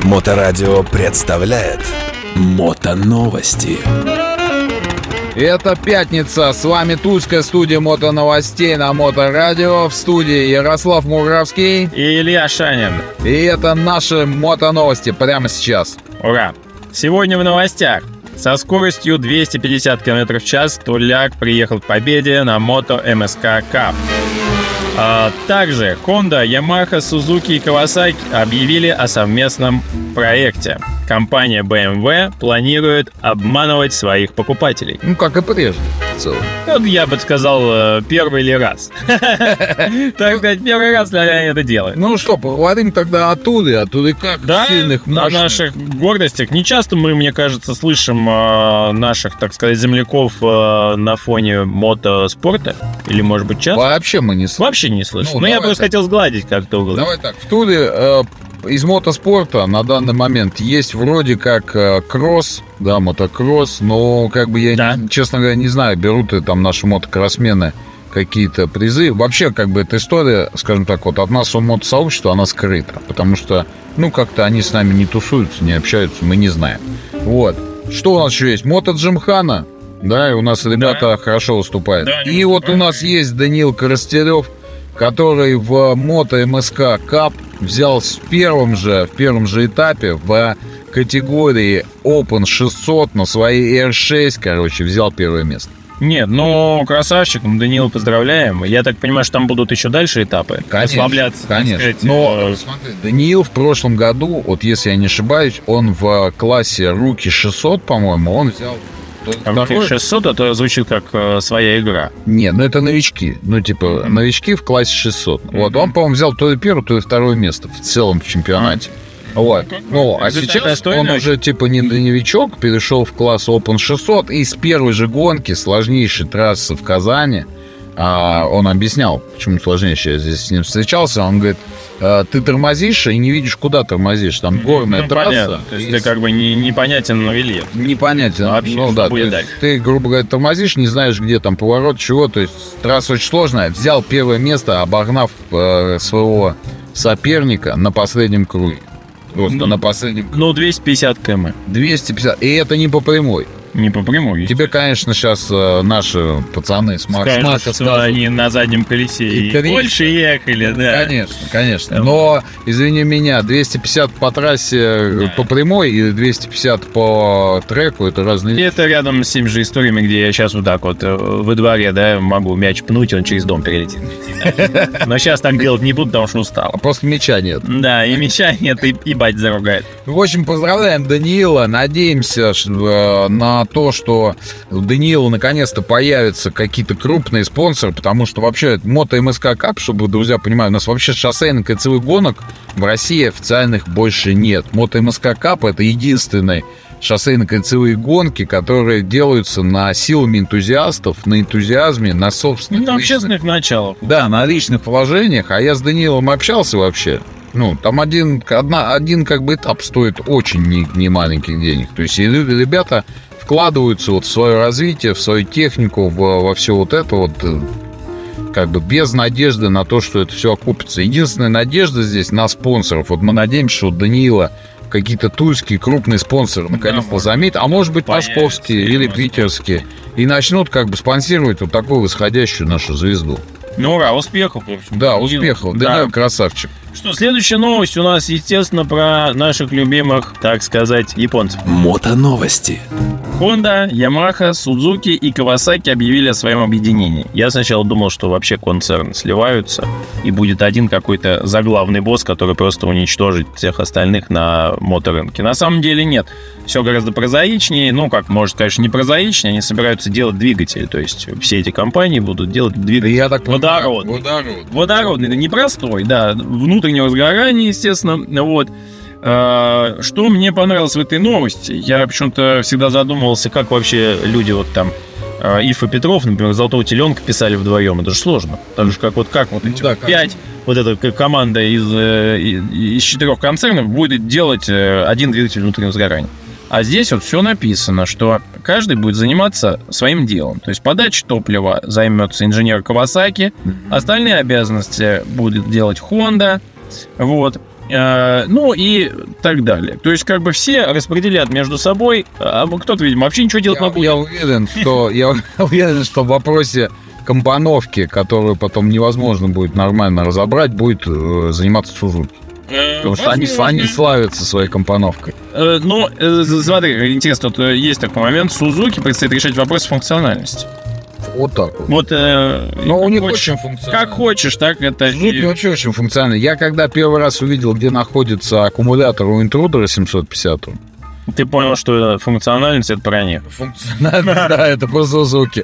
Моторадио представляет Мотоновости. Это пятница, с вами Тульская студия мотоновостей на Моторадио. В студии Ярослав Муравский и Илья Шанин. И это наши мотоновости прямо сейчас. Ура! Сегодня в новостях. Со скоростью 250 км в час Туляк приехал к победе на Moto MSK Cup. Также Honda, Yamaha, Suzuki и Kawasaki объявили о совместном проекте. Компания BMW планирует обманывать своих покупателей. Ну, как и прежде, в целом. Вот я бы сказал, первый ли раз. Так сказать, первый раз они это делают. Ну что, поговорим тогда о Туле как да, сильных, мощных. О наших гордостях. Не часто мы, мне кажется, слышим наших, так сказать, земляков на фоне мотоспорта. Или, может быть, часто? Вообще мы не слышим. Вообще не слышим. Но я просто хотел сгладить как-то угол. Давай так, в Туле из мотоспорта на данный момент есть вроде как кросс, да, мотокросс, но как бы я, честно говоря, не знаю, берут ли там наши мотокроссмены какие-то призы. Вообще, как бы эта история, скажем так, вот от нас, от мотосообщества, она скрыта, потому что, ну, как-то они с нами не тусуются, не общаются, мы не знаем. Вот. Что у нас еще есть? Мото-Джимхана, да, и у нас ребята хорошо выступают. Да, и вот у нас есть Даниил Коростерев, который в Moto MSK Cup взял в первом же этапе в категории Open 600 на своей R6, короче, взял первое место. Нет, ну, красавчик, Даниила поздравляем. Я так понимаю, что там будут еще дальше этапы. Конечно, конечно. Но, смотри, Даниил в прошлом году, вот если я не ошибаюсь, он в классе Руки 600, по-моему, он взял... Руки 600, это звучит как своя игра. Нет, ну это новички. Ну, типа, новички в классе 600. Вот, он, по-моему, взял то ли первое, то ли второе место в целом в чемпионате. Вот. Ну, а сейчас он уже, типа, не новичок, перешел в класс Open 600, и с первой же гонки, сложнейшей трассы в Казани, он объяснял, почему сложнейшая. Я здесь с ним встречался, он говорит, ты тормозишь и не видишь, куда тормозишь. Там горная трасса. Понятно. То есть ты как бы непонятен рельеф. Непонятен. Вообще, ну да, ты, грубо говоря, тормозишь, не знаешь, где там поворот, чего. То есть трасса очень сложная. Взял первое место, обогнав своего соперника на последнем круге. Просто на последнем круге. Ну, 250 км. 250. И это не по прямой. Не по прямой. Тебе, конечно, сейчас наши пацаны с Мака скажут, они на заднем колесе и больше ехали, да. Конечно. Но, извини меня, 250 по трассе по прямой и 250 по треку — это разные вещи. Это рядом с теми же историями, где я сейчас вот так вот во дворе, да, могу мяч пнуть, и он через дом перелетит. Но сейчас так делать не буду, потому что устал. Просто мяча нет. Да, и мяча нет, и бать заругает. В общем, поздравляем Даниила. Надеемся на то, что у Даниила наконец-то появятся какие-то крупные спонсоры, потому что вообще Moto MSK Cup, чтобы вы, друзья, понимали, у нас вообще шоссейных кольцевых гонок в России официальных больше нет. Moto MSK Cup — это единственные шоссейно-кольцевые гонки, которые делаются на силами энтузиастов, на энтузиазме, на собственных... на общественных началах. Да, на личных вложениях. А я с Даниилом общался вообще. Ну, там один как бы этап стоит очень не маленьких денег. То есть и ребята вкладываются вот в свое развитие, в свою технику, во все вот это вот, как бы без надежды на то, что это все окупится. Единственная надежда здесь на спонсоров. Вот мы надеемся, что у Даниила какие-то тульские крупные спонсоры наконец-то заметят, а может быть московские или питерские, и начнут как бы спонсировать вот такую восходящую нашу звезду. Ну, ура, успехов, в общем. Да, успехов. Да, красавчик. Что, следующая новость у нас, естественно, про наших любимых, так сказать, японцев. Мотоновости. Honda, Yamaha, Suzuki и Kawasaki объявили о своем объединении. Я сначала думал, что вообще концерны сливаются, и будет один какой-то заглавный босс, который просто уничтожит всех остальных на моторынке. На самом деле нет. Все гораздо прозаичнее. Ну, как, может, конечно, не прозаичнее. Они собираются делать двигатели. То есть все эти компании будут делать двигатель. Я так водородный. Водородный. Непростой, да. Внутреннего сгорания, естественно. Вот. Что мне понравилось в этой новости? Я почему-то всегда задумывался, как вообще люди вот там Иф и Петров, например, «Золотого теленка» писали вдвоем. Это же сложно. Так же, как эти 5, вот эта команда из 4 концернов будет делать один двигатель внутреннего сгорания. А здесь вот все написано, что каждый будет заниматься своим делом. То есть подачей топлива займется инженер Kawasaki, остальные обязанности будет делать Honda. Вот. Ну и так далее. То есть как бы все распределят между собой, а кто-то, видимо, вообще ничего делать не будет. Я уверен, что в вопросе компоновки, которую потом невозможно будет нормально разобрать, будет заниматься Сузуки. Потому что они славятся своей компоновкой. Ну, смотри, интересно, тут есть такой момент. Сузуки предстоит решать вопрос функциональности. Вот так вот. Вот, но у них очень функционально. Как хочешь, так это... Сузуки вообще очень функционально. Я когда первый раз увидел, где находится аккумулятор у интрудера 750, ты понял, что функциональность — это про них. Функциональность, да, это про Сузуки.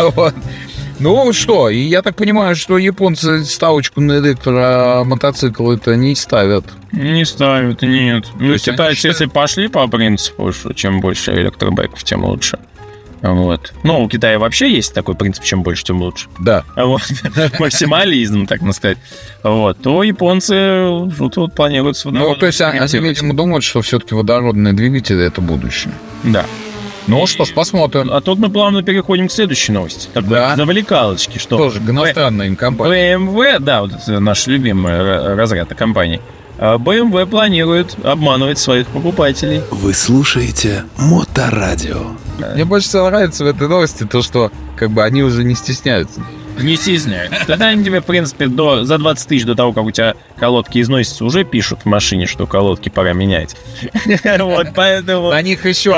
Ну что, и я так понимаю, что японцы ставочку на электромотоцикл это не ставят. Не ставят, нет. Ну, китайцы, если пошли по принципу, что чем больше электробайков, тем лучше. Вот. Ну, у Китая вообще есть такой принцип, чем больше, тем лучше. Да. Вот. Максимализм, так сказать. Вот. То японцы тут планируют... Ну, то есть они, видимо, думают, что все-таки водородные двигатели — это будущее. Да. Ну что ж, посмотрим. А тут мы плавно переходим к следующей новости. Да. Завлекалочки, что... Тоже иностранная им компания. BMW, да, вот это наш любимый разряд компаний. BMW планирует обманывать своих покупателей. Вы слушаете Моторадио. Мне больше всего нравится в этой новости то, что как бы они уже не стесняются. Не стесняются. Тогда они тебе, в принципе, за 20 тысяч до того, как у тебя колодки износятся, уже пишут в машине, что колодки пора менять. Вот, поэтому... На них еще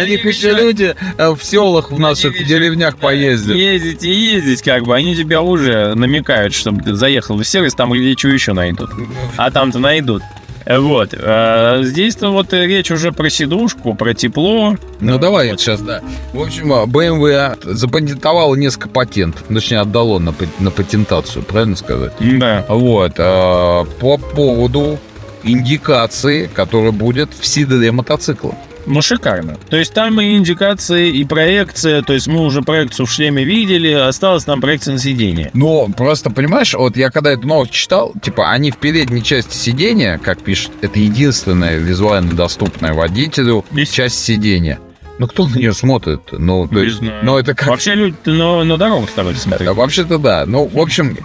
люди в селах в наших деревнях поездят. Ездить, как бы, они тебя уже намекают, чтобы ты заехал в сервис, там где что еще найдут. А там-то найдут. Вот. Здесь-то вот речь уже про сидушку, про тепло. Ну, давай вот сейчас, да. В общем, BMW запатентовала несколько патентов. Точнее, отдало на патентацию, правильно сказать? Да. Вот. По поводу индикации, которая будет в седле мотоцикла. Ну, шикарно. То есть там и индикации, и проекция. То есть мы уже проекцию в шлеме видели, осталась нам проекция на сиденье. Но просто, понимаешь, вот я когда эту новость читал, типа, они в передней части сиденья, как пишут, это единственная визуально доступная водителю часть сиденья. Ну, кто на нее смотрит? Ну, то есть, ну, это как... Вообще люди на дорогу стараются смотреть. Вообще-то да. Ну, в общем,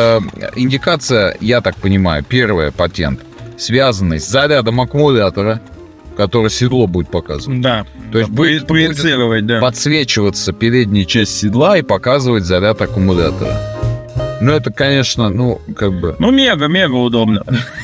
индикация, я так понимаю, первый патент, связанный с зарядом аккумулятора, который седло будет показывать. Да. То есть будет проецировать, да. Подсвечиваться передняя часть седла и показывать заряд аккумулятора. Ну, это, конечно, ну, как бы... Ну, мега удобно.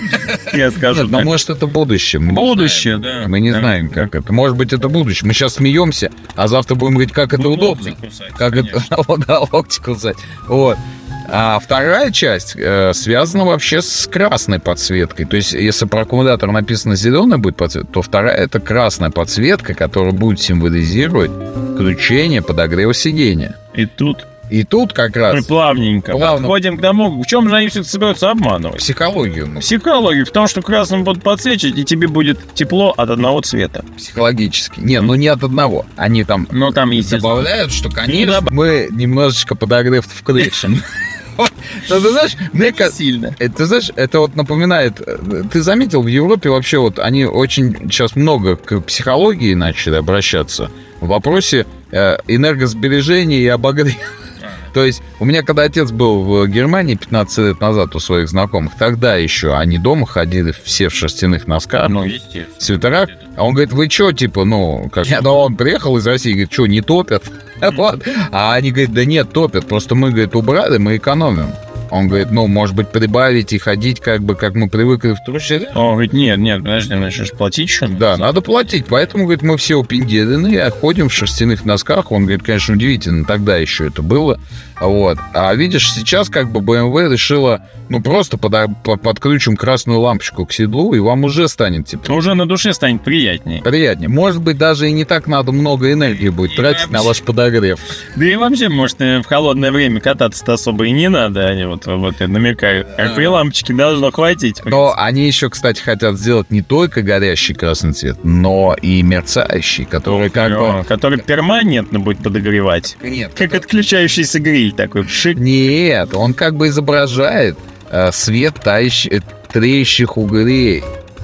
Я скажу. Нет, но может это будущее. Будущее, да. Мы не знаем, как это. Может быть, это будущее. Мы сейчас смеемся, а завтра будем говорить, как это удобно. Как это... Да, локти кусать. Вот. А вторая часть связана вообще с красной подсветкой. То есть, если про аккумулятор написано зеленая будет подсветка, то вторая — это красная подсветка, которая будет символизировать включение подогрева сидения. И тут как раз... Мы плавненько подходим к тому, в чем же они все-таки собираются обманывать. Психологию. Психологию. В том, что красным будут подсвечивать, и тебе будет тепло от одного цвета. Психологически. Нет, ну не от одного. Они там, добавляют, что, конечно, мы немножечко подогрев включим. Но ты знаешь, мне сильно. Ты знаешь, это вот напоминает... Ты заметил, в Европе вообще вот они очень сейчас много к психологии начали обращаться в вопросе энергосбережения и обогрева. То есть у меня, когда отец был в Германии 15 лет назад у своих знакомых, тогда еще они дома ходили все в шерстяных носках, свитерах. А он говорит, вы что, типа, ну, как... Но он приехал из России, говорит, что, не топят? Вот. А они говорят, да нет, топят, просто мы, говорит, убрали, мы экономим. Он говорит, ну, может быть, прибавить и ходить, как бы, как мы привыкли в трущере. Он говорит, нет, подожди, начнешь платить еще? Да, надо платить, поэтому, говорит, мы все упенделены, ходим в шерстяных носках. Он говорит, конечно, удивительно, тогда еще это было. Вот. А видишь, сейчас как бы BMW решила, ну, просто подключим красную лампочку к седлу, и вам уже станет тепло. Уже на душе станет приятнее. Приятнее. Может быть, даже и не так надо много энергии будет тратить на ваш подогрев. Да и вообще, может, в холодное время кататься-то особо и не надо, они вот намекают. Как при лампочке должно хватить. Но они еще, кстати, хотят сделать не только горящий красный цвет, но и мерцающий, который который перманентно будет подогревать. Нет. Как отключающийся гриль такой. Пшик. Нет, он как бы изображает свет тлеющих углей.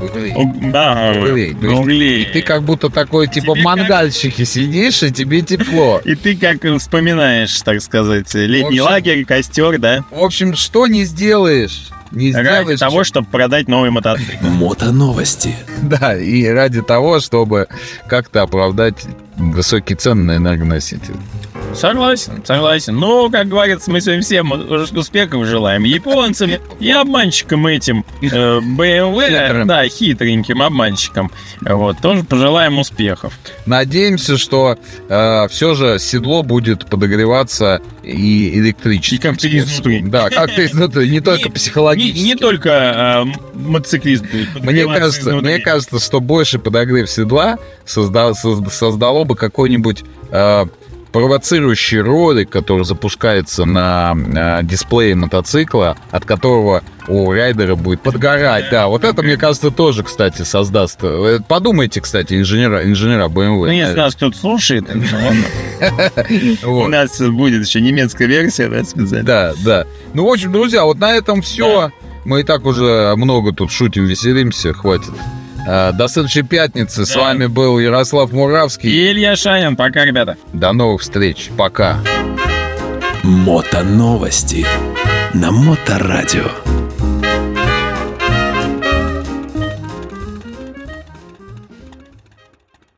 Углей. И ты как будто такой, типа, в мангальщике сидишь, и тебе тепло. И ты как вспоминаешь, так сказать, летний лагерь, костер, да? В общем, что не сделаешь не Ради сделаешь... того, чтобы продать новый мотоцикл. Мотоновости. Да, и ради того, чтобы как-то оправдать высокие цены на энергоносители. Согласен. Но, как говорится, мы сегодня всем успехов желаем. Японцам и обманщикам этим BMW, Хитрым. да, хитреньким обманщикам. Вот, тоже пожелаем успехов. Надеемся, что все же седло будет подогреваться и электрически. И как-то изнутри. Да, как-то изнутри, не только психологически. Не только мотоциклист будет Мне подогреваться изнутри. кажется, что больше подогрев седла создало бы какой-нибудь провоцирующий ролик, который запускается на дисплее мотоцикла, от которого у райдера будет подгорать. Да, вот это, мне кажется, тоже, кстати, создаст. Подумайте, кстати, инженера BMW. Ну, если нас кто-то слушает, ну, ладно. У Вот. нас будет еще немецкая версия, да, специально. Да. Ну, в общем, друзья, вот на этом все. Мы и так уже много тут шутим, веселимся, хватит. До следующей пятницы. С вами был Ярослав Муравский. И Илья Шанин. Пока, ребята. До новых встреч. Пока. Мотоновости на Моторадио.